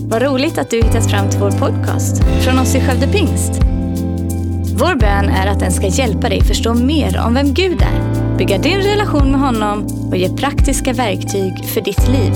Vad roligt att du hittat fram till vår podcast från oss i Skövde Pingst. Vår bön är att den ska hjälpa dig förstå mer om vem Gud är, bygga din relation med honom och ge praktiska verktyg för ditt liv.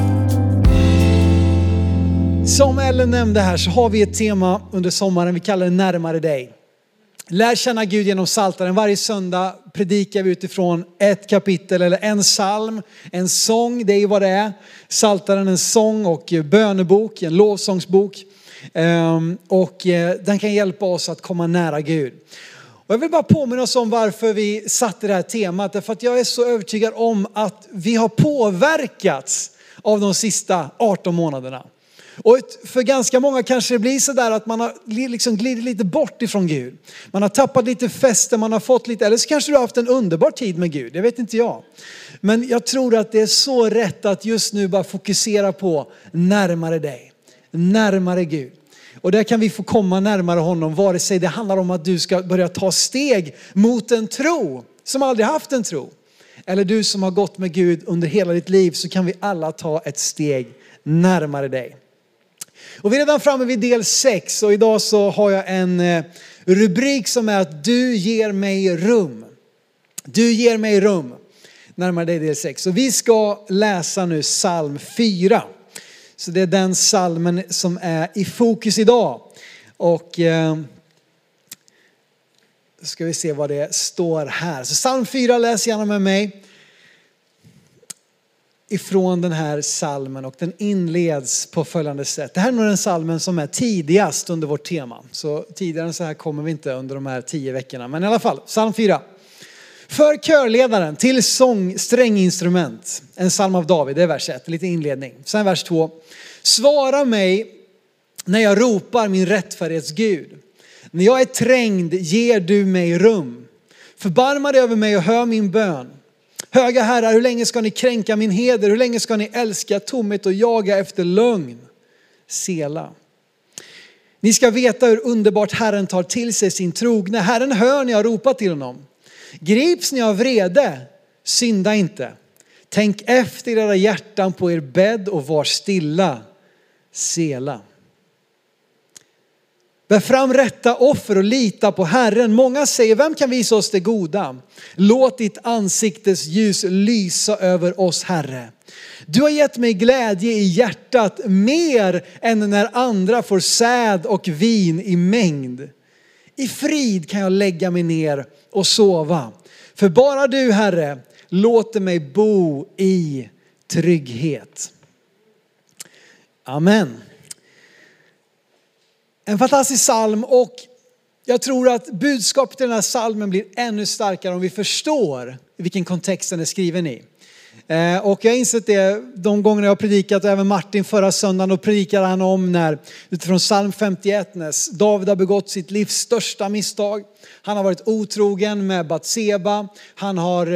Som Ellen nämnde här så har vi ett tema under sommaren, vi kallar det närmare dig. Lär känna Gud genom Psaltaren. Varje söndag predikar vi utifrån ett kapitel eller en psalm, en sång, det är ju vad det är. Psaltaren, en sång och bönebok, en lovsångsbok. Och den kan hjälpa oss att komma nära Gud. Och jag vill bara påminna oss om varför vi satte det här temat. Därför att jag är så övertygad om att vi har påverkats av de sista 18 månaderna. Och för ganska många kanske det blir så där att man har liksom glidit lite bort ifrån Gud. Man har tappat lite fäste, man har fått lite, eller så kanske du har haft en underbar tid med Gud, det vet inte jag. Men jag tror att det är så rätt att just nu bara fokusera på närmare dig, närmare Gud. Och där kan vi få komma närmare honom, vare sig det handlar om att du ska börja ta steg mot en tro som aldrig haft en tro. Eller du som har gått med Gud under hela ditt liv, så kan vi alla ta ett steg närmare dig. Och vi är redan framme vid del 6 och idag så har jag en rubrik som är att du ger mig rum. Du ger mig rum. Närmare dig del 6. Så vi ska läsa nu psalm 4. Så det är den psalmen som är i fokus idag. Och ska vi se vad det står här. Så psalm 4, läs gärna med mig. Ifrån den här psalmen, och den inleds på följande sätt. Det här är nog den psalmen som är tidigast under vårt tema. Så tidigare än så här kommer vi inte under de här 10 veckorna. Men i alla fall, psalm 4. För körledaren till stränginstrument. En psalm av David, det är vers 1, lite inledning. Sen vers 2. Svara mig när jag ropar min rättfärdighets Gud. När jag är trängd ger du mig rum. Förbarma dig över mig och hör min bön. Höga herrar, hur länge ska ni kränka min heder? Hur länge ska ni älska tomhet och jaga efter lögn? Sela. Ni ska veta hur underbart Herren tar till sig sin trogna. Herren hör när jag ropar till honom. Grips ni av vrede, synda inte. Tänk efter era hjärtan på er bädd och var stilla. Sela. Bär fram rätta offer och lita på Herren. Många säger, vem kan visa oss det goda? Låt ditt ansiktes ljus lysa över oss, Herre. Du har gett mig glädje i hjärtat mer än när andra får säd och vin i mängd. I frid kan jag lägga mig ner och sova. För bara du, Herre, låter mig bo i trygghet. Amen. En fantastisk psalm, och jag tror att budskapet i den här psalmen blir ännu starkare om vi förstår vilken kontext den är skriven i. Och jag har insett det de gånger jag har predikat, och även Martin förra söndagen, och predikade han om när utifrån psalm 51 när David har begått sitt livs största misstag. Han har varit otrogen med Batseba. Han har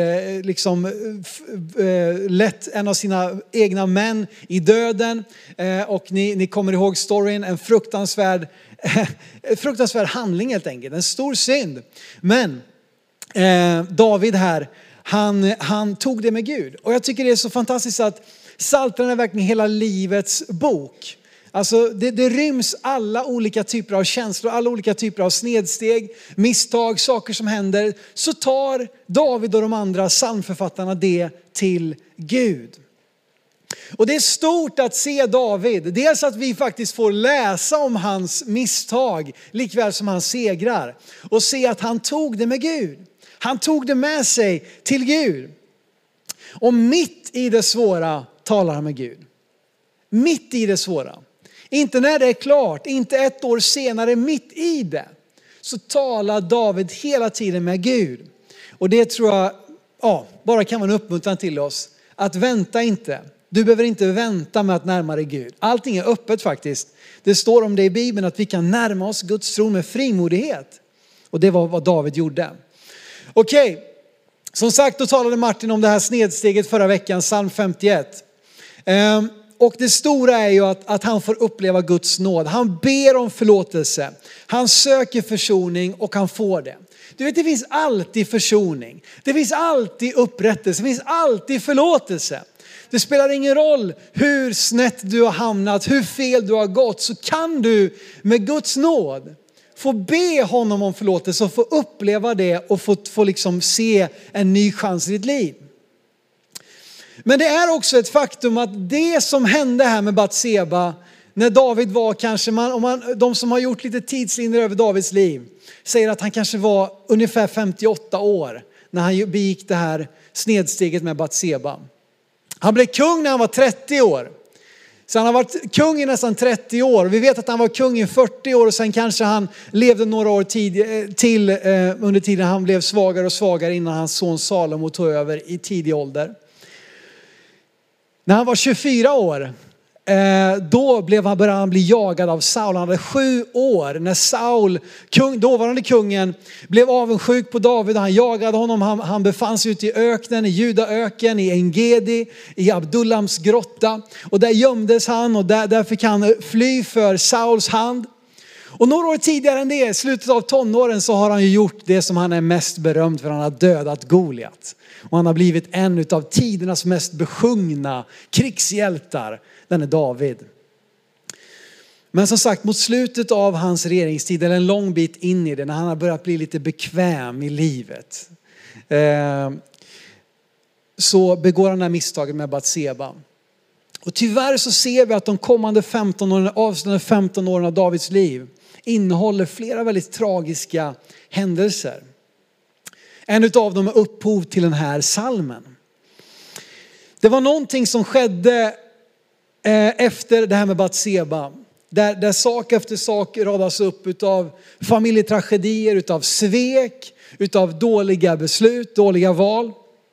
lett en av sina egna män i döden. Och ni kommer ihåg storyn, en fruktansvärd handling helt enkelt. En stor synd. Men David här, han tog det med Gud. Och jag tycker det är så fantastiskt att Psaltaren är verkligen hela livets bok. Alltså det ryms alla olika typer av känslor, alla olika typer av snedsteg, misstag, saker som händer. Så tar David och de andra psalmförfattarna det till Gud. Och det är stort att se David. Dels att vi faktiskt får läsa om hans misstag, likväl som hans segrar. Och se att han tog det med Gud. Han tog det med sig till Gud. Och mitt i det svåra talar han med Gud. Mitt i det svåra. Inte när det är klart, inte ett år senare, mitt i det. Så talar David hela tiden med Gud. Och det tror jag bara kan vara en uppmuntran till oss. Att vänta inte. Du behöver inte vänta med att närma dig Gud. Allting är öppet faktiskt. Det står om det i Bibeln att vi kan närma oss Guds tron med frimodighet. Och det var vad David gjorde. Okej, som sagt, då talade Martin om det här snedsteget förra veckan, psalm 51. Och det stora är ju att han får uppleva Guds nåd. Han ber om förlåtelse. Han söker försoning och han får det. Du vet, det finns alltid försoning. Det finns alltid upprättelse. Det finns alltid förlåtelse. det spelar ingen roll hur snett du har hamnat, hur fel du har gått, så kan du med Guds nåd få be honom om förlåtelse och få uppleva det och få liksom se en ny chans i ditt liv. Men det är också ett faktum att det som hände här med Batseba, när David var kanske, de som har gjort lite tidslinjer över Davids liv säger att han kanske var ungefär 58 år när han begick det här snedsteget med Batseba. Han blev kung när han var 30 år. Så han har varit kung i nästan 30 år. Vi vet att han var kung i 40 år och sen kanske han levde några år till under tiden han blev svagare och svagare innan hans son Salomo tog över i tidig ålder. När han var 24 år, då började han bli jagad av Saul. Han hade 7 år när Saul, dåvarande kungen, blev avundsjuk på David. Han jagade honom. Han befann sig ute i öknen, i Judaöken, i Engedi, i Abdullams grotta. Och där gömdes han och där fick han fly för Sauls hand. Och några år tidigare än det, slutet av tonåren, så har han ju gjort det som han är mest berömd för. Han har dödat Goliat. Och han har blivit en av tidernas mest besjungna krigshjältar. Den är David. Men som sagt, mot slutet av hans regeringstid, eller en lång bit in i det, när han har börjat bli lite bekväm i livet, så begår han det här misstaget med Batseba. Och tyvärr så ser vi att de kommande 15 åren av Davids liv innehåller flera väldigt tragiska händelser. En av dem är upphov till den här salmen. Det var någonting som skedde efter det här med Batseba. Där sak efter sak radas upp utav familjetragedier, utav svek, utav dåliga beslut, dåliga val.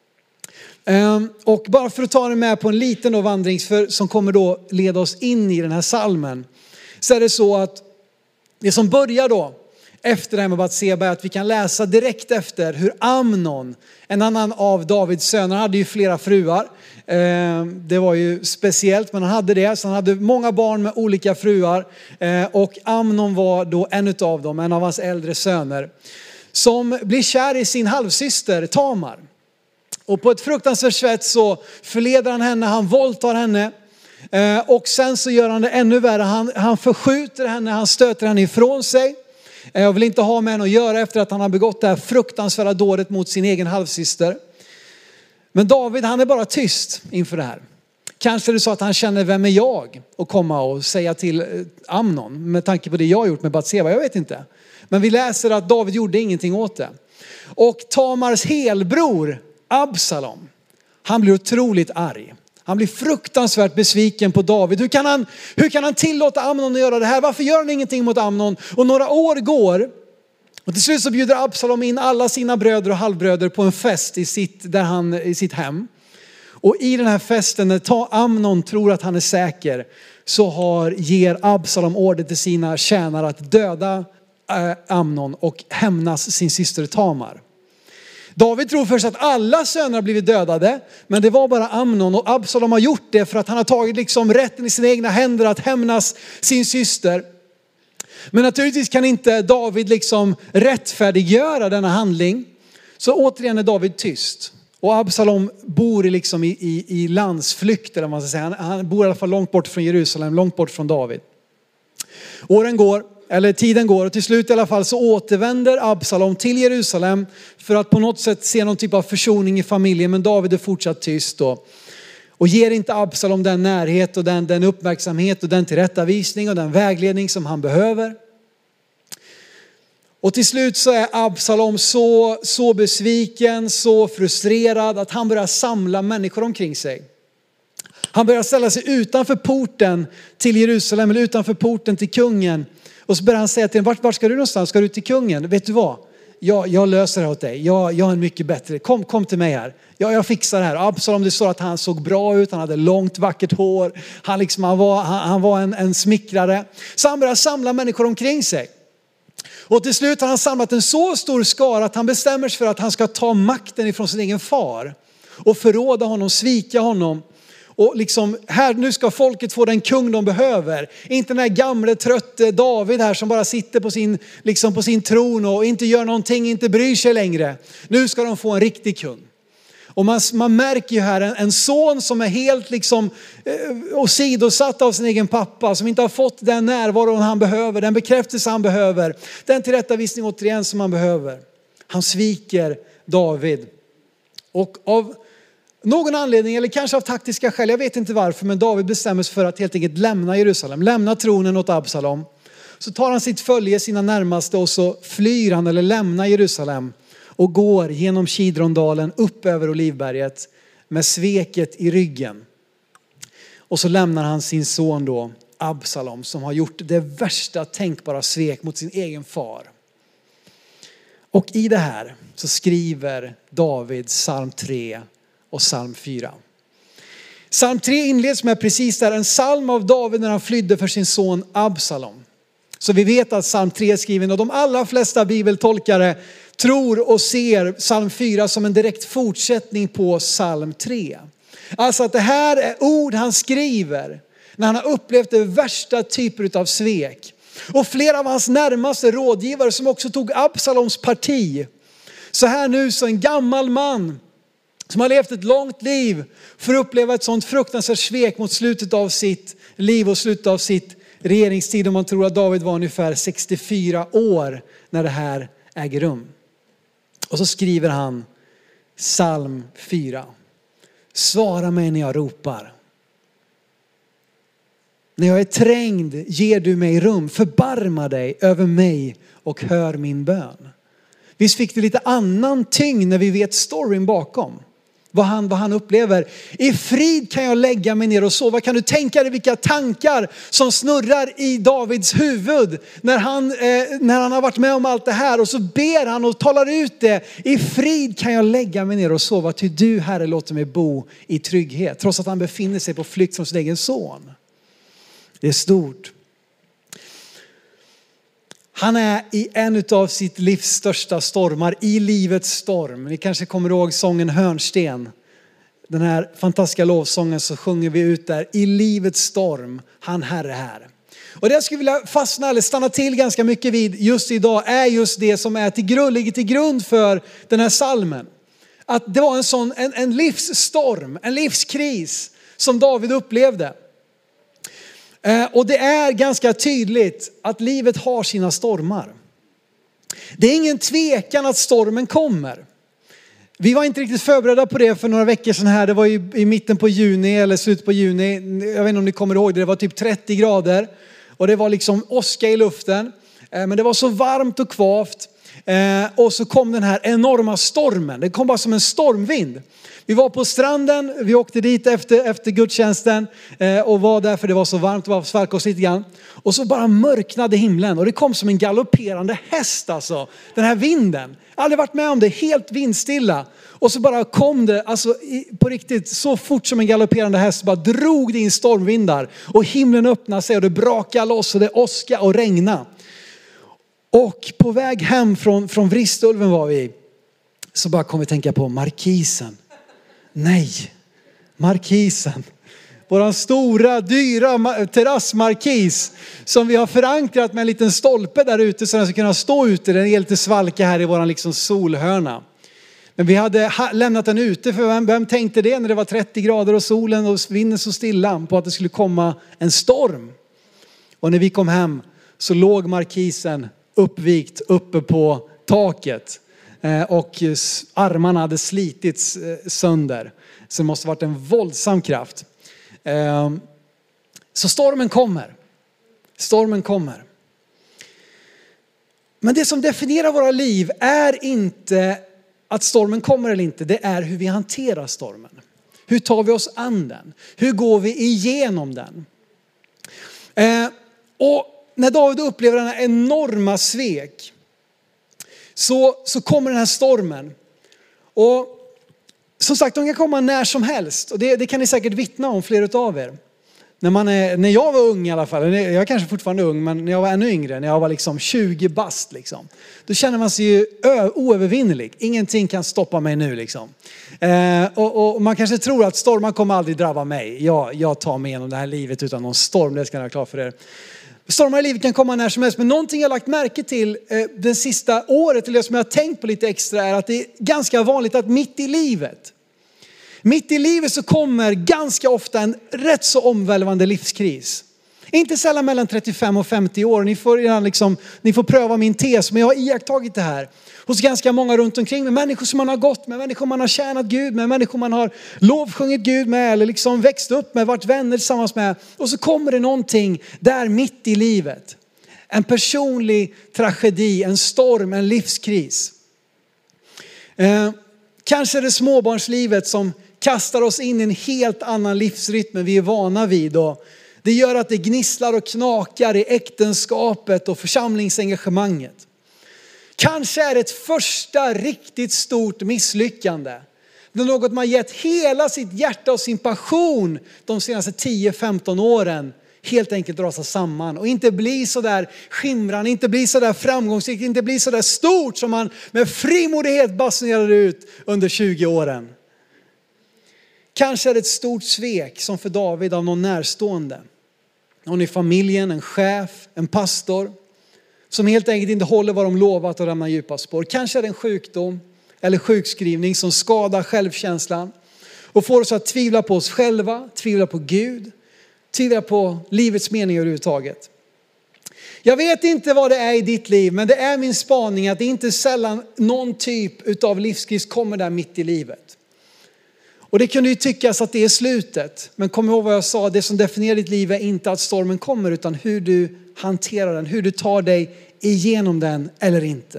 Och bara för att ta det med på en liten vandring som kommer då leda oss in i den här salmen. Så är det så att det som börjar då efter det här med Batseba är att vi kan läsa direkt efter hur Amnon, en annan av Davids söner, hade ju flera fruar. Det var ju speciellt, men han hade det. Så han hade många barn med olika fruar. Och Amnon var då en av dem, en av hans äldre söner. Som blir kär i sin halvsyster Tamar. Och på ett fruktansvärt sätt så förleder han henne, han våldtar henne. Och sen så gör han det ännu värre. Han förskjuter henne, han stöter henne ifrån sig. Jag vill inte ha med henne att göra efter att han har begått det här fruktansvärda dådet mot sin egen halvsyster. Men David, han är bara tyst inför det här. Kanske är det så att han känner, vem är jag? Och komma och säga till Amnon med tanke på det jag har gjort med Batseba. Jag vet inte. Men vi läser att David gjorde ingenting åt det. Och Tamars helbror Absalom, han blir otroligt arg. Han blir fruktansvärt besviken på David. Hur kan han tillåta Amnon att göra det här? Varför gör han ingenting mot Amnon? Och några år går. Och till slut så bjuder Absalom in alla sina bröder och halvbröder på en fest i sitt hem. Och i den här festen, när Amnon tror att han är säker, så ger Absalom order till sina tjänare att döda Amnon och hämnas sin syster Tamar. David tror först att alla söner har blivit dödade, men det var bara Amnon, och Absalom har gjort det för att han har tagit liksom rätten i sina egna händer att hämnas sin syster. Men naturligtvis kan inte David liksom rättfärdiggöra denna handling. Så återigen är David tyst. Och Absalom bor liksom i landsflykt, eller vad man ska säga. Han bor i alla fall långt bort från Jerusalem, långt bort från David. Tiden går och till slut i alla fall så återvänder Absalom till Jerusalem för att på något sätt se någon typ av försoning i familjen. Men David är fortsatt tyst då. Och ger inte Absalom den närhet och den uppmärksamhet och den tillrättavisning och den vägledning som han behöver. Och till slut så är Absalom så besviken, så frustrerad att han börjar samla människor omkring sig. Han börjar ställa sig utanför porten till Jerusalem eller utanför porten till kungen. Och så börjar han säga till honom, vart ska du någonstans? Ska du till kungen? Vet du vad? Jag löser det åt dig. Jag har en mycket bättre. Kom till mig här. Jag fixar det här. Absalom, det står att han såg bra ut. Han hade långt vackert hår. Han var en smickrare. Så han börjar samla människor omkring sig. Och till slut har han samlat en så stor skara att han bestämmer sig för att han ska ta makten ifrån sin egen far. Och förråda honom, svika honom. Och liksom, nu ska folket få den kung de behöver. Inte den här gamle trötte David här som bara sitter på sin tron och inte gör någonting, inte bryr sig längre. Nu ska de få en riktig kung. Och man märker ju här en son som är helt liksom åsidosatt av sin egen pappa. Som inte har fått den närvaron han behöver, den bekräftelse han behöver. Den tillrättavisning återigen som han behöver. Han sviker David. Och av någon anledning, eller kanske av taktiska skäl, jag vet inte varför, men David bestämmer sig för att helt enkelt lämna Jerusalem. Lämna tronen åt Absalom. Så tar han sitt följe, sina närmaste, och så flyr han eller lämnar Jerusalem. Och går genom Kidrondalen upp över Olivberget med sveket i ryggen. Och så lämnar han sin son då, Absalom, som har gjort det värsta tänkbara svek mot sin egen far. Och i det här så skriver David psalm 3 och psalm 4. Psalm 3 inleds med precis där, en psalm av David när han flydde för sin son Absalom. Så vi vet att psalm 3 är skriven, och de allra flesta bibeltolkare tror och ser psalm 4 som en direkt fortsättning på psalm 3. Alltså att det här är ord han skriver när han har upplevt det värsta typer av svek. Och flera av hans närmaste rådgivare som också tog Absaloms parti. Så här nu så en gammal man som har levt ett långt liv för att uppleva ett sånt fruktansvärt svek mot slutet av sitt liv och slutet av sitt regeringstid. Och man tror att David var ungefär 64 år när det här äger rum. Och så skriver han psalm 4. Svara mig när jag ropar. När jag är trängd ger du mig rum. Förbarma dig över mig och hör min bön. Visst fick det lite annan tyngd när vi vet storyn bakom. Vad han upplever. I frid kan jag lägga mig ner och sova. Kan du tänka dig vilka tankar som snurrar i Davids huvud. När han har varit med om allt det här. Och så ber han och talar ut det. I frid kan jag lägga mig ner och sova. Till du, Herre, låter mig bo i trygghet. Trots att han befinner sig på flykt från sin egen son. Det är stort. Han är i en av sitt livs största stormar, i livets storm. Ni kanske kommer ihåg sången Hörnsten. Den här fantastiska lovsången, så sjunger vi ut där. I livets storm, han Herre här. Och det jag skulle vilja fastna eller stanna till ganska mycket vid just idag är just det som ligger till grund för den här salmen. Att det var en livsstorm, en livskris som David upplevde. Och det är ganska tydligt att livet har sina stormar. Det är ingen tvekan att stormen kommer. Vi var inte riktigt förberedda på det för några veckor sedan här. Det var i mitten på juni eller slutet på juni. Jag vet inte om ni kommer ihåg det. Det var typ 30 grader. Och det var liksom åska i luften. Men det var så varmt och kvavt. Och så kom den här enorma stormen. Det kom bara som en stormvind. Vi var på stranden, vi åkte dit efter gudstjänsten och var där för det var så varmt, det var svalka oss lite grann. Och så bara mörknade himlen och det kom som en galopperande häst alltså, den här vinden. Jag har aldrig varit med om det, helt vindstilla. Och så bara kom det, alltså på riktigt så fort som en galopperande häst, bara drog det in stormvindar. Och himlen öppnade sig och det brakade loss och det åska och regna. Och på väg hem från Vristulven var vi, så bara kom vi tänka på markisen. Nej, markisen. Våran stora, dyra terrassmarkis som vi har förankrat med en liten stolpe där ute så den ska kunna stå ute. Den är lite svalka här i våran liksom solhörna. Men vi hade lämnat den ute för vem tänkte det när det var 30 grader och solen och vinden så stilla på att det skulle komma en storm. Och när vi kom hem så låg markisen uppvikt uppe på taket. Och armarna hade slitits sönder. Så det måste ha varit en våldsam kraft. Så stormen kommer. Stormen kommer. Men det som definierar våra liv är inte att stormen kommer eller inte. Det är hur vi hanterar stormen. Hur tar vi oss an den? Hur går vi igenom den? Och när David upplever den här enorma svek. Så kommer den här stormen. Och som sagt, de kan komma när som helst. Och det kan ni säkert vittna om, flera av er. När jag var ung i alla fall, jag är kanske fortfarande ung, men när jag var ännu yngre, när jag var liksom 20 bast liksom. Då känner man sig ju oövervinnelig. Ingenting kan stoppa mig nu liksom. Och man kanske tror att stormar kommer aldrig drabba mig. Jag tar mig igenom det här livet utan någon storm, det ska jag ha klart för er. Stormar i livet kan komma när som helst. Men någonting jag har lagt märke till det sista året, eller som jag har tänkt på lite extra, är att det är ganska vanligt att mitt i livet, Mitt i livet så kommer ganska ofta en rätt så omvälvande livskris. Inte sällan mellan 35 och 50 år. Ni får pröva min tes, men jag har iakttagit det här hos ganska många runt omkring med människor som man har gått med, människor man har tjänat Gud med, människor man har lovsjungit Gud med eller liksom växt upp med, varit vänner tillsammans med. Och så kommer det någonting där mitt i livet. En personlig tragedi, en storm, en livskris. Kanske är det småbarnslivet som kastar oss in i en helt annan livsrytm än vi är vana vid. Och det gör att det gnisslar och knakar i äktenskapet och församlingsengagemanget. Kanske är det ett första riktigt stort misslyckande. Det är något man gett hela sitt hjärta och sin passion de senaste 10-15 åren. Helt enkelt rasa samman och inte bli så där skimrande, inte bli så där framgångsrik, inte bli så där stort som man med frimodighet basunerade ut under 20 åren. Kanske är det ett stort svek som för David av någon närstående. Någon i familjen, en chef, en pastor som helt enkelt inte håller vad de lovat och lämnar djupa spår. Kanske är det en sjukdom eller sjukskrivning som skadar självkänslan och får oss att tvivla på oss själva, tvivla på Gud, tvivla på livets mening överhuvudtaget. Jag vet inte vad det är i ditt liv, men det är min spaning att det inte sällan någon typ av livskris kommer där mitt i livet. Och det kunde ju tyckas att det är slutet. Men kom ihåg vad jag sa, det som definierar ditt liv är inte att stormen kommer utan hur du hanterar den, hur du tar dig igenom den eller inte.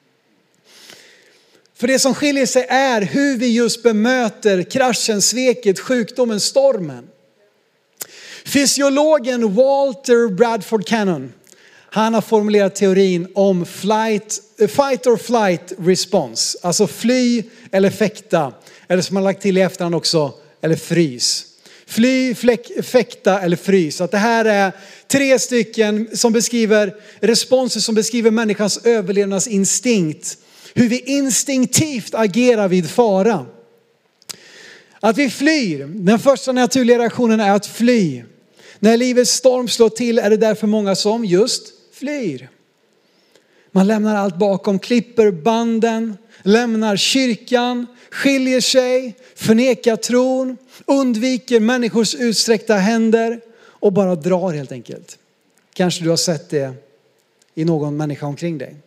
För det som skiljer sig är hur vi just bemöter kraschen, sveket, sjukdomen, stormen. Fysiologen Walter Bradford Cannon, han har formulerat teorin om fight or flight response. Alltså fly eller fäkta. Eller som man lagt till i efterhand också, eller frys. Fly, fäkta eller frys. Att det här är 3 stycken som beskriver responser som beskriver människans överlevnadsinstinkt. Hur vi instinktivt agerar vid fara. Att vi flyr. Den första naturliga reaktionen är att fly. När livets storm slår till är det därför många som just flyr. Man lämnar allt bakom, klipper banden, lämnar kyrkan, skiljer sig, förnekar tron, undviker människors utsträckta händer och bara drar helt enkelt. Kanske du har sett det i någon människa omkring dig.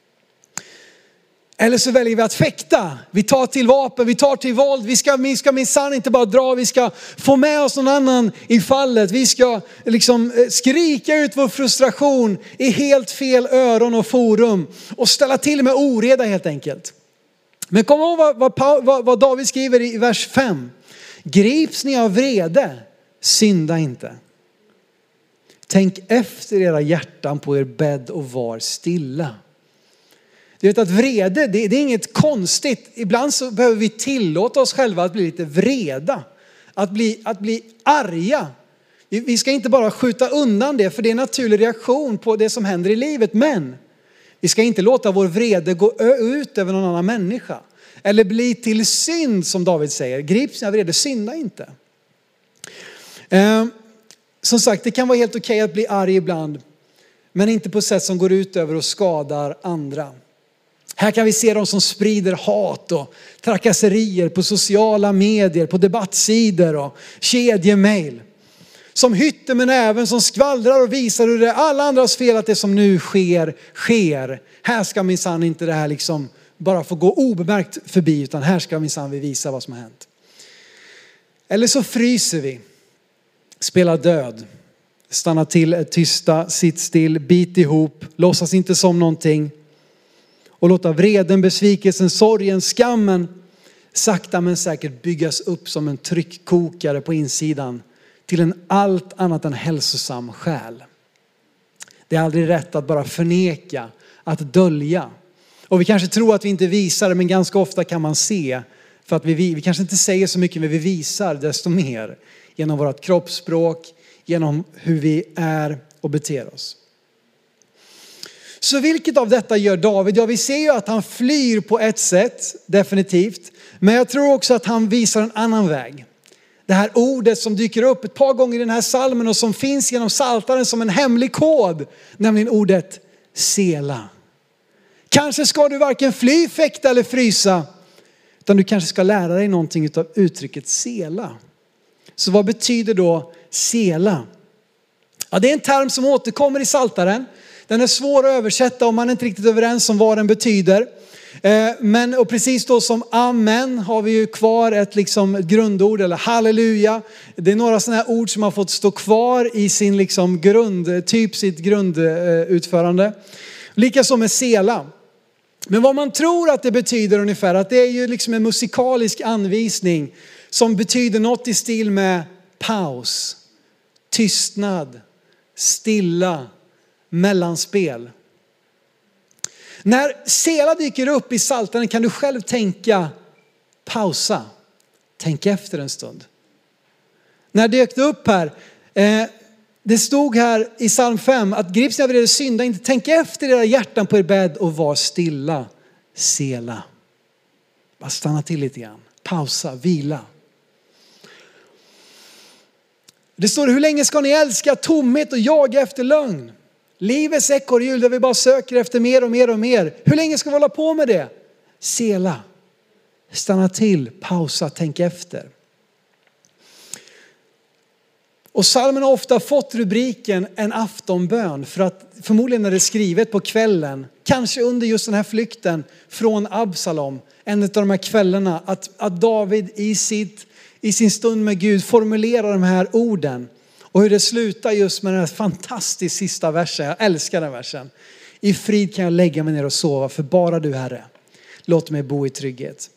Eller så väljer vi att fäkta. Vi tar till vapen, vi tar till våld. Vi ska minsann inte bara dra, vi ska få med oss någon annan i fallet. Vi ska liksom skrika ut vår frustration i helt fel öron och forum. Och ställa till med oreda helt enkelt. Men kom ihåg vad David skriver i vers 5. Grips ni av vrede, synda inte. Tänk efter era hjärtan på er bädd och var stilla. Du vet att vrede, det är inget konstigt. Ibland så behöver vi tillåta oss själva att bli lite vreda. Att bli arga. Vi ska inte bara skjuta undan det, för det är en naturlig reaktion på det som händer i livet. Men vi ska inte låta vår vrede gå ut över någon annan människa. Eller bli till synd, som David säger. Grips ni av vrede, synda inte. Som sagt, det kan vara helt okej att bli arg ibland. Men inte på ett sätt som går ut över och skadar andra. Här kan vi se de som sprider hat och trakasserier på sociala medier, på debattsidor och kedjemail. Som hytter med näven, som skvallrar och visar hur det är alla andras fel att det som nu sker. Här ska minsann inte det här liksom bara få gå obemärkt förbi, utan här ska minsann vi visa vad som har hänt. Eller så fryser vi, spelar död, stannar till, tysta, sitt still, bit ihop, låtsas inte som någonting. Och låta vreden, besvikelsen, sorgen, skammen sakta men säkert byggas upp som en tryckkokare på insidan till en allt annat än hälsosam själ. Det är aldrig rätt att bara förneka, att dölja. Och vi kanske tror att vi inte visar det, men ganska ofta kan man se. För att vi kanske inte säger så mycket, men vi visar desto mer. Genom vårt kroppsspråk, genom hur vi är och beter oss. Så vilket av detta gör David? Ja, vi ser ju att han flyr på ett sätt, definitivt. Men jag tror också att han visar en annan väg. Det här ordet som dyker upp ett par gånger i den här salmen och som finns genom Psaltaren som en hemlig kod. Nämligen ordet sela. Kanske ska du varken fly, fäkta eller frysa. Utan du kanske ska lära dig någonting av uttrycket sela. Så vad betyder då sela? Ja, det är en term som återkommer i Psaltaren. Den är svår att översätta om man inte är riktigt överens om vad den betyder. Och precis då som amen har vi ju kvar ett liksom grundord, eller halleluja. Det är några sådana här ord som har fått stå kvar i sin liksom sitt grundutförande. Likaså med sela. Men vad man tror att det betyder ungefär, att det är ju liksom en musikalisk anvisning som betyder något i stil med paus, tystnad, stilla, mellanspel. När sela dyker upp i Psaltaren kan du själv tänka pausa. Tänk efter en stund. När det dök upp här, det stod här i psalm 5 att grips ni av er synda, inte tänk efter era hjärtan på er bädd och var stilla. Sela. Bara stanna till lite grann. Pausa, vila. Det står, hur länge ska ni älska tomhet och jaga efter lögn? Livets ekorrhjul där vi bara söker efter mer och mer och mer. Hur länge ska vi hålla på med det? Sela. Stanna till, pausa, tänk efter. Och psalmen har ofta fått rubriken en aftonbön. För att förmodligen är det skrivet på kvällen. Kanske under just den här flykten från Absalom. En av de här kvällarna. Att David i sin stund med Gud formulerar de här orden. Och hur det slutar just med den här fantastiskt sista versen. Jag älskar den versen. I frid kan jag lägga mig ner och sova. För bara du, Herre, låt mig bo i trygghet.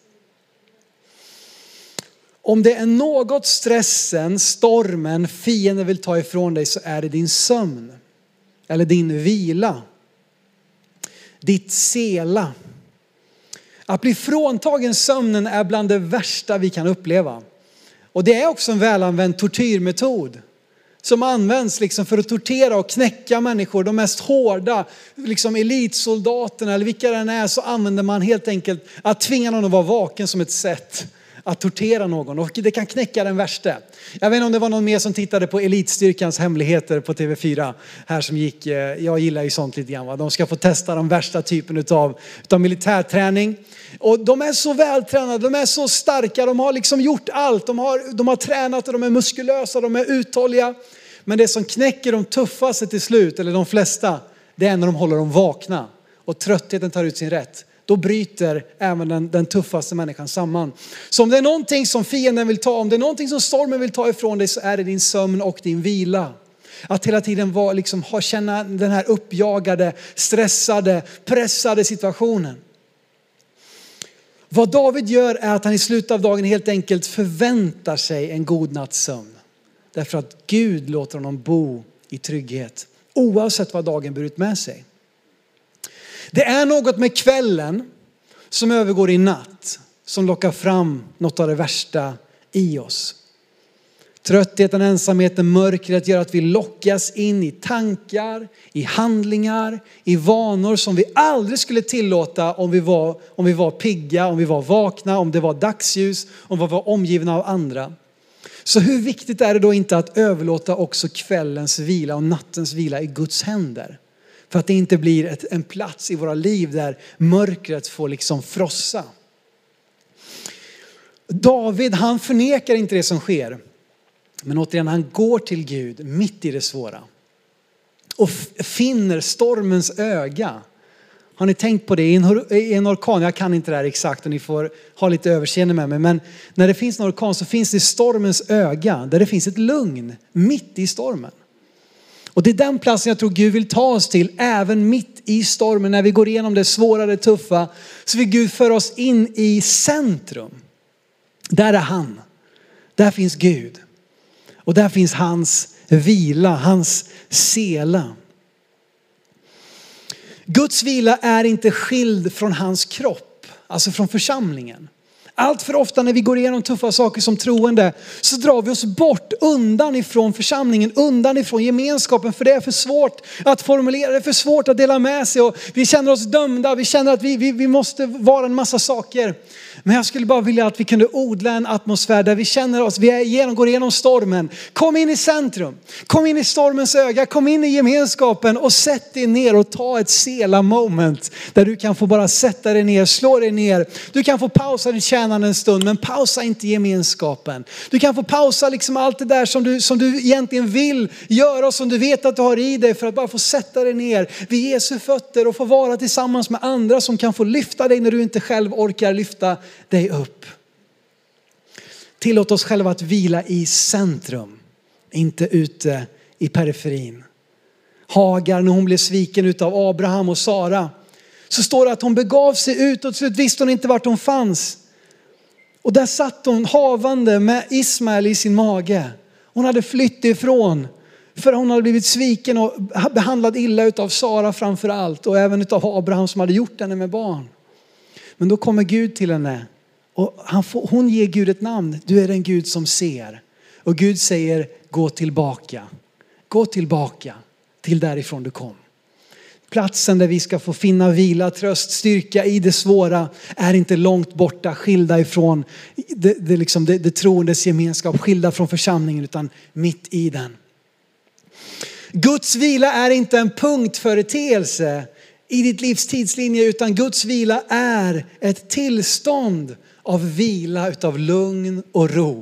Om det är något stressen, stormen, fienden vill ta ifrån dig, så är det din sömn. Eller din vila. Ditt sela. Att bli fråntagen sömnen är bland det värsta vi kan uppleva. Och det är också en välanvänd tortyrmetod. Som används liksom för att tortera och knäcka människor. De mest hårda liksom elitsoldaterna eller vilka den är, så använder man helt enkelt att tvinga någon att vara vaken som ett sätt att tortera någon. Och det kan knäcka den värsta. Jag vet inte om det var någon mer som tittade på Elitstyrkans hemligheter på TV4. Här som gick, jag gillar ju sånt lite grann. Va? De ska få testa de värsta typen av militärträning. Och de är så vältränade, de är så starka, de har liksom gjort allt. De har tränat och de är muskulösa, de är uthålliga. Men det som knäcker de tuffaste till slut, eller de flesta, det är när de håller dem vakna. Och tröttheten tar ut sin rätt. Då bryter även den tuffaste människan samman. Så om det är någonting som fienden vill ta, om det är någonting som stormen vill ta ifrån dig, så är det din sömn och din vila. Att hela tiden känna den här uppjagade, stressade, pressade situationen. Vad David gör är att han i slutet av dagen helt enkelt förväntar sig en god natts sömn. Därför att Gud låter honom bo i trygghet. Oavsett vad dagen burit med sig. Det är något med kvällen som övergår i natt. Som lockar fram något av det värsta i oss. Tröttheten, ensamheten, mörkret gör att vi lockas in i tankar, i handlingar, i vanor som vi aldrig skulle tillåta om vi var pigga, om vi var vakna, om det var dagsljus, om vi var omgivna av andra. Så hur viktigt är det då inte att överlåta också kvällens vila och nattens vila i Guds händer? För att det inte blir en plats i våra liv där mörkret får liksom frossa. David, han förnekar inte det som sker. Men återigen, han går till Gud mitt i det svåra. Och finner stormens öga. Har ni tänkt på det? I en orkan, jag kan inte det här exakt och ni får ha lite överseende med mig. Men när det finns en orkan så finns det stormens öga. Där det finns ett lugn mitt i stormen. Och det är den platsen jag tror Gud vill ta oss till. Även mitt i stormen, när vi går igenom det svåra, det tuffa. Så vill Gud föra oss in i centrum. Där är han. Där finns Gud. Och där finns hans vila, hans sela. Guds vila är inte skild från hans kropp. Alltså från församlingen. Allt för ofta när vi går igenom tuffa saker som troende, så drar vi oss bort undan ifrån församlingen, undan ifrån gemenskapen. För det är för svårt att formulera, det är för svårt att dela med sig. Och vi känner oss dömda, vi känner att vi måste vara en massa saker. Men jag skulle bara vilja att vi kunde odla en atmosfär där vi känner oss, går igenom stormen. Kom in i centrum, kom in i stormens öga, kom in i gemenskapen och sätt dig ner och ta ett sela moment. Där du kan få bara sätta dig ner, slå dig ner. Du kan få pausa din tjänande en stund, men pausa inte gemenskapen. Du kan få pausa liksom allt det där som du egentligen vill göra och som du vet att du har i dig, för att bara få sätta dig ner vid Jesu fötter och få vara tillsammans med andra som kan få lyfta dig när du inte själv orkar lyfta dig upp. Tillåt oss själva att vila i centrum, inte ute i periferin. Hagar, när hon blev sviken utav Abraham och Sara, så står det att hon begav sig ut och till slut visste hon inte vart hon fanns. Och där satt hon havande med Ismael i sin mage. Hon hade flytt ifrån, för hon hade blivit sviken och behandlad illa utav Sara framför allt. Och även utav Abraham som hade gjort henne med barn. Men då kommer Gud till henne. Och hon ger Gud ett namn. Du är den Gud som ser. Och Gud säger, gå tillbaka. Gå tillbaka till därifrån du kom. Platsen där vi ska få finna vila, tröst, styrka i det svåra är inte långt borta, skilda ifrån det troendes gemenskap, skilda från församlingen, utan mitt i den. Guds vila är inte en punktföreteelse i ditt livs tidslinje, utan Guds vila är ett tillstånd av vila, utav lugn och ro.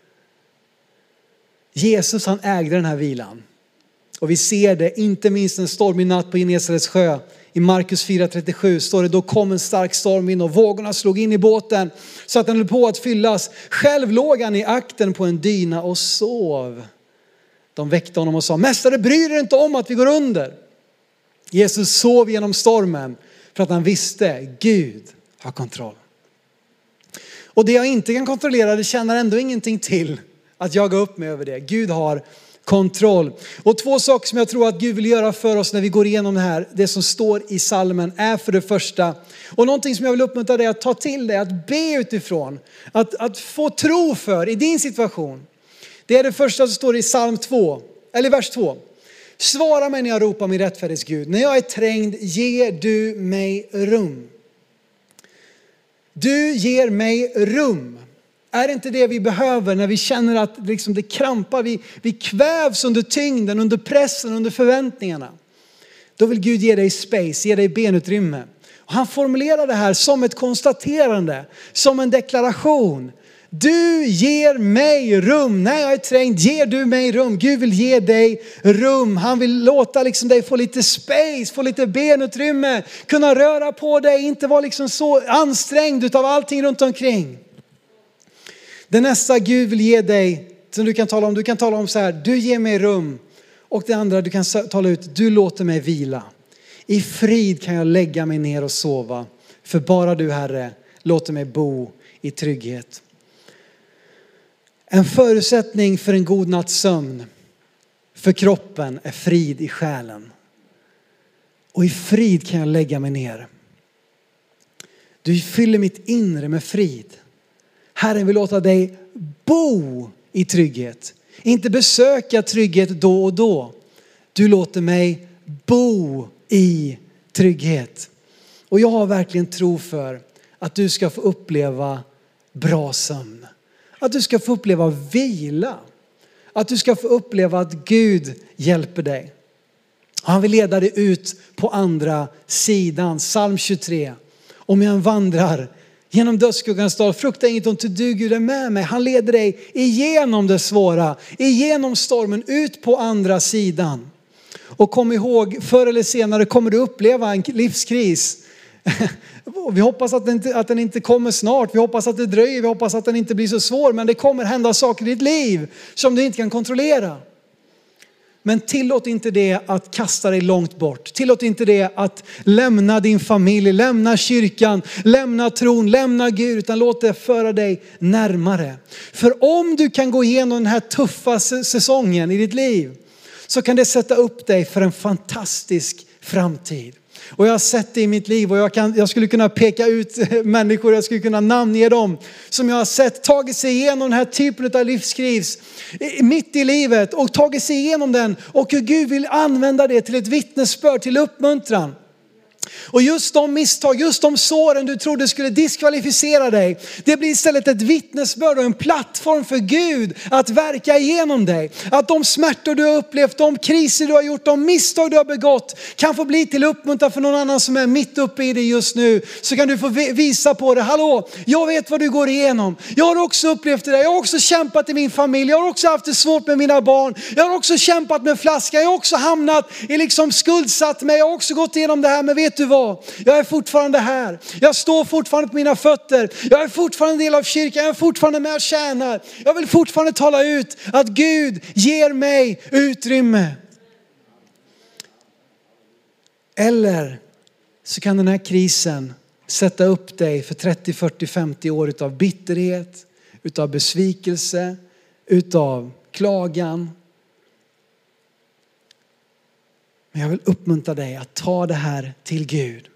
Jesus, han ägde den här vilan. Och vi ser det inte minst en stormig natt på Genesarets sjö. I Markus 4:37 står det, då kom en stark storm in och vågorna slog in i båten så att den höll på att fyllas. Själv låg han i akten på en dyna och sov. De väckte honom och sa, mästare, bryr dig inte om att vi går under. Jesus sov genom stormen för att han visste, Gud har kontroll. Och det jag inte kan kontrollera, det tjänar ändå ingenting till att jaga upp mig över det. Gud har kontroll. Och två saker som jag tror att Gud vill göra för oss när vi går igenom det här, det som står i salmen, är för det första, och någonting som jag vill uppmuntra dig att ta till dig, att be utifrån, att få tro för i din situation. Det är det första som står i psalm 2, eller vers 2. Svara mig när jag ropar min rättfärdighets Gud. När jag är trängd, ger du mig rum. Du ger mig rum. Är inte det vi behöver när vi känner att liksom det krampar, vi kvävs under tyngden, under pressen, under förväntningarna? Då vill Gud ge dig space, ge dig benutrymme. Och han formulerar det här som ett konstaterande, som en deklaration. Du ger mig rum. När jag är trängd, ger du mig rum. Gud vill ge dig rum. Han vill låta liksom dig få lite space, få lite benutrymme. Kunna röra på dig, inte vara liksom så ansträngd utav allting runt omkring. Det nästa Gud vill ge dig, som du kan tala om så här, du ger mig rum. Och det andra du kan tala ut, du låter mig vila. I frid kan jag lägga mig ner och sova. För bara du, Herre, låter mig bo i trygghet. En förutsättning för en god natts sömn för kroppen är frid i själen. Och i frid kan jag lägga mig ner. Du fyller mitt inre med frid. Herren vill låta dig bo i trygghet. Inte besöka trygghet då och då. Du låter mig bo i trygghet. Och jag har verkligen tro för att du ska få uppleva bra sömn. Att du ska få uppleva vila. Att du ska få uppleva att Gud hjälper dig. Han vill leda dig ut på andra sidan. Psalm 23. Om jag vandrar genom dödsskuggans dal, frukta inget ont, du Gud är med mig. Han leder dig igenom det svåra, igenom stormen, ut på andra sidan. Och kom ihåg, förr eller senare kommer du uppleva en livskris. Vi hoppas att den inte kommer snart. Vi hoppas att det dröjer. Vi hoppas att den inte blir så svår. Men det kommer hända saker i ditt liv som du inte kan kontrollera. Men tillåt inte det att kasta dig långt bort. Tillåt inte det att lämna din familj, lämna kyrkan, lämna tron, lämna Gud. Utan låt det föra dig närmare. För om du kan gå igenom den här tuffa säsongen i ditt liv, så kan det sätta upp dig för en fantastisk framtid. Och jag har sett det i mitt liv, och jag skulle kunna peka ut människor, jag skulle kunna namnge dem som jag har sett tagit sig igenom den här typen av livskris mitt i livet och tagit sig igenom den, och hur Gud vill använda det till ett vittnesbörd, till uppmuntran. Och just de misstag, just de såren du trodde skulle diskvalificera dig, det blir istället ett vittnesbörd och en plattform för Gud att verka igenom dig. Att de smärtor du har upplevt, de kriser du har gjort, de misstag du har begått kan få bli till uppmuntran för någon annan som är mitt uppe i det just nu. Så kan du få visa på det. Hallå, jag vet vad du går igenom. Jag har också upplevt det där. Jag har också kämpat i min familj. Jag har också haft det svårt med mina barn. Jag har också kämpat med flaskan. Jag har också hamnat i skuldsatt mig. Jag har också gått igenom det här. Men vet du vad? Jag är fortfarande här. Jag står fortfarande på mina fötter. Jag är fortfarande en del av kyrkan. Jag är fortfarande med och tjänar. Jag vill fortfarande tala ut att Gud ger mig utrymme. Eller så kan den här krisen sätta upp dig för 30, 40, 50 år utav bitterhet, utav besvikelse, utav klagan. Men jag vill uppmuntra dig att ta det här till Gud.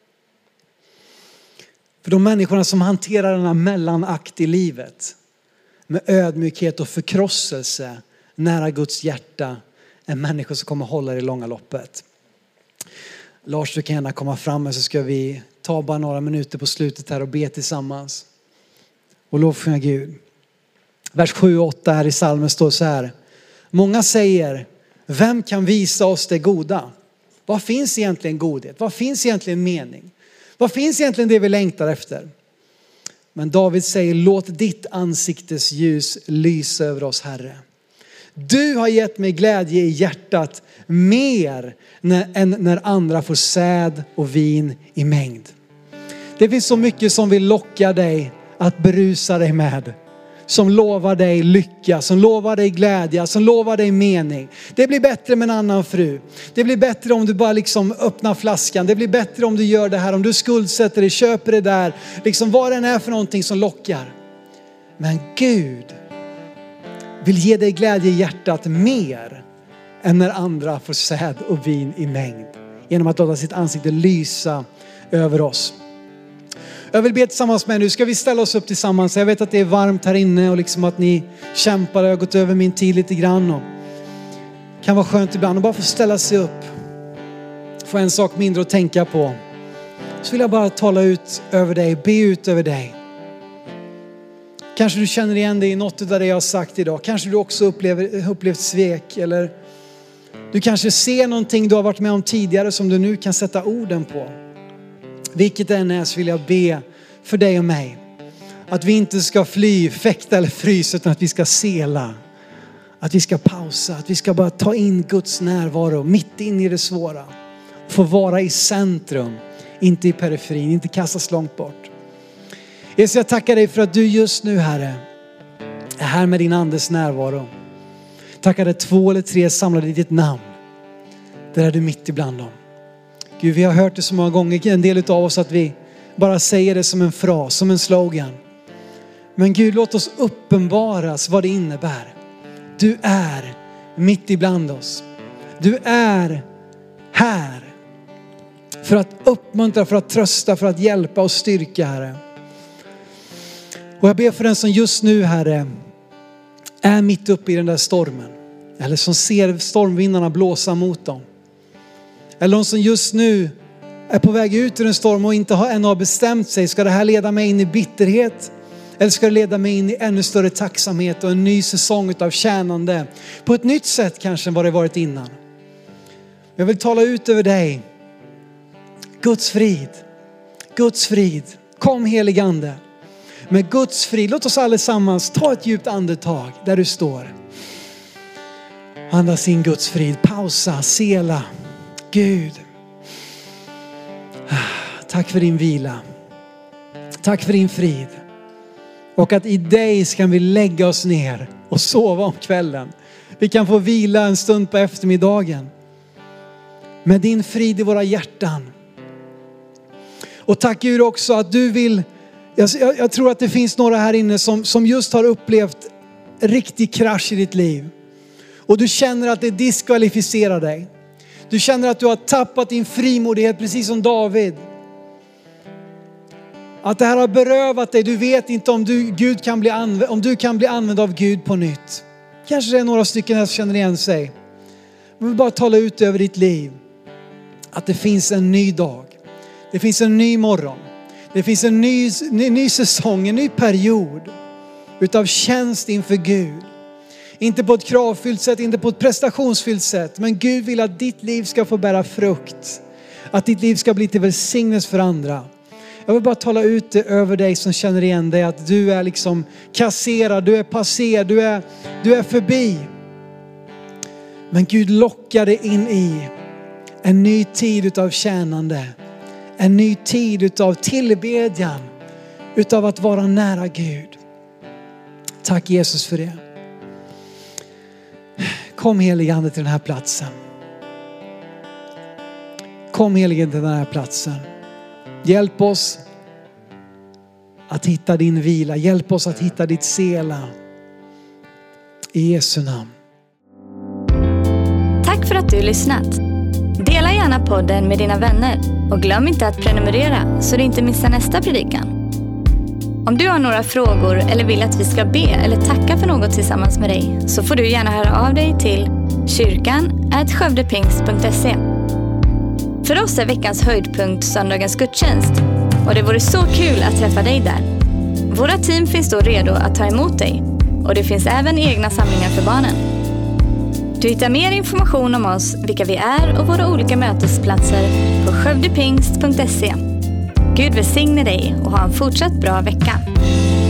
För de människorna som hanterar den här mellanakt i livet med ödmjukhet och förkrosselse nära Guds hjärta är människor som kommer hålla det i långa loppet. Lars, du kan gärna komma fram och så ska vi ta bara några minuter på slutet här och be tillsammans. Och lovsjunga Gud. Vers 7 och 8 här i psalmen står så här. Många säger, vem kan visa oss det goda? Vad finns egentligen godhet? Vad finns egentligen mening? Vad finns egentligen det vi längtar efter? Men David säger, låt ditt ansiktes ljus lysa över oss, Herre. Du har gett mig glädje i hjärtat mer än när andra får säd och vin i mängd. Det finns så mycket som vill locka dig att berusa dig med. Som lovar dig lycka, som lovar dig glädje, som lovar dig mening. Det blir bättre med en annan fru. Det blir bättre om du bara öppnar flaskan. Det blir bättre om du gör det här. Om du skuldsätter dig, köper det där. Vad den är för någonting som lockar. Men Gud vill ge dig glädje i hjärtat mer än när andra får säd och vin i mängd. Genom att låta sitt ansikte lysa över oss. Jag vill be tillsammans med er nu. Ska vi ställa oss upp tillsammans? Jag vet att det är varmt här inne och att ni kämpar. Jag har gått över min tid lite grann. Och det kan vara skönt ibland att bara få ställa sig upp. Få en sak mindre att tänka på. Så vill jag bara tala ut över dig. Be ut över dig. Kanske du känner igen dig i något av det jag har sagt idag. Kanske du också upplevt svek. Eller du kanske ser någonting du har varit med om tidigare som du nu kan sätta orden på. Vilket än är så vill jag be för dig och mig. Att vi inte ska fly, fäkta eller frysa utan att vi ska sela. Att vi ska pausa, att vi ska bara ta in Guds närvaro mitt in i det svåra. Få vara i centrum, inte i periferin, inte kastas långt bort. Jesus, jag tackar dig för att du just nu, Herre, är här med din andes närvaro. Tackar dig 2 eller 3 samlade i ditt namn. Där är du mitt ibland dem. Gud, vi har hört det så många gånger, en del av oss, att vi bara säger det som en fras, som en slogan. Men Gud, låt oss uppenbaras vad det innebär. Du är mitt ibland oss. Du är här för att uppmuntra, för att trösta, för att hjälpa och styrka, Herre. Och jag ber för den som just nu, Herre, är mitt uppe i den där stormen. Eller som ser stormvindarna blåsa mot dem. Eller de som just nu är på väg ut ur en storm och inte ännu har bestämt sig. Ska det här leda mig in i bitterhet? Eller ska det leda mig in i ännu större tacksamhet och en ny säsong av tjänande? På ett nytt sätt kanske än vad det varit innan. Jag vill tala ut över dig. Guds frid. Guds frid. Kom helig ande. Med Guds frid. Låt oss allesammans ta ett djupt andetag där du står. Andas in Guds frid. Pausa. Sela. Gud. Tack för din vila. Tack för din frid. Och att i dig ska vi lägga oss ner och sova om kvällen. Vi kan få vila en stund på eftermiddagen. Med din frid i våra hjärtan. Och tack Gud också att du vill. Jag tror att det finns några här inne som just har upplevt riktig krasch i ditt liv. Och du känner att det diskvalificerar dig. Du känner att du har tappat din frimodighet precis som David. Att det här har berövat dig. Du vet inte om du kan bli använd av Gud på nytt. Kanske det är några stycken här som känner igen sig. Jag vill bara tala ut över ditt liv. Att det finns en ny dag. Det finns en ny morgon. Det finns en ny säsong, en ny period utav tjänst inför Gud. Inte på ett kravfyllt sätt, inte på ett prestationsfyllt sätt. Men Gud vill att ditt liv ska få bära frukt. Att ditt liv ska bli till välsignelse för andra. Jag vill bara tala ut det över dig som känner igen dig. Att du är liksom kasserad, du är passé, du är förbi. Men Gud lockar dig in i en ny tid utav tjänande. En ny tid utav tillbedjan. Utav att vara nära Gud. Tack Jesus för det. Kom helige Ande till den här platsen. Kom helige Ande till den här platsen. Hjälp oss att hitta din vila. Hjälp oss att hitta ditt sela. I Jesu namn. Tack för att du lyssnat. Dela gärna podden med dina vänner. Och glöm inte att prenumerera så du inte missar nästa predikan. Om du har några frågor eller vill att vi ska be eller tacka för något tillsammans med dig så får du gärna höra av dig till kyrkan@skövdepingst.se. För oss är veckans höjdpunkt söndagens gudstjänst och det vore så kul att träffa dig där. Våra team finns då redo att ta emot dig och det finns även egna samlingar för barnen. Du hittar mer information om oss, vilka vi är och våra olika mötesplatser på skövdepingst.se. Gud välsigne dig och ha en fortsatt bra vecka.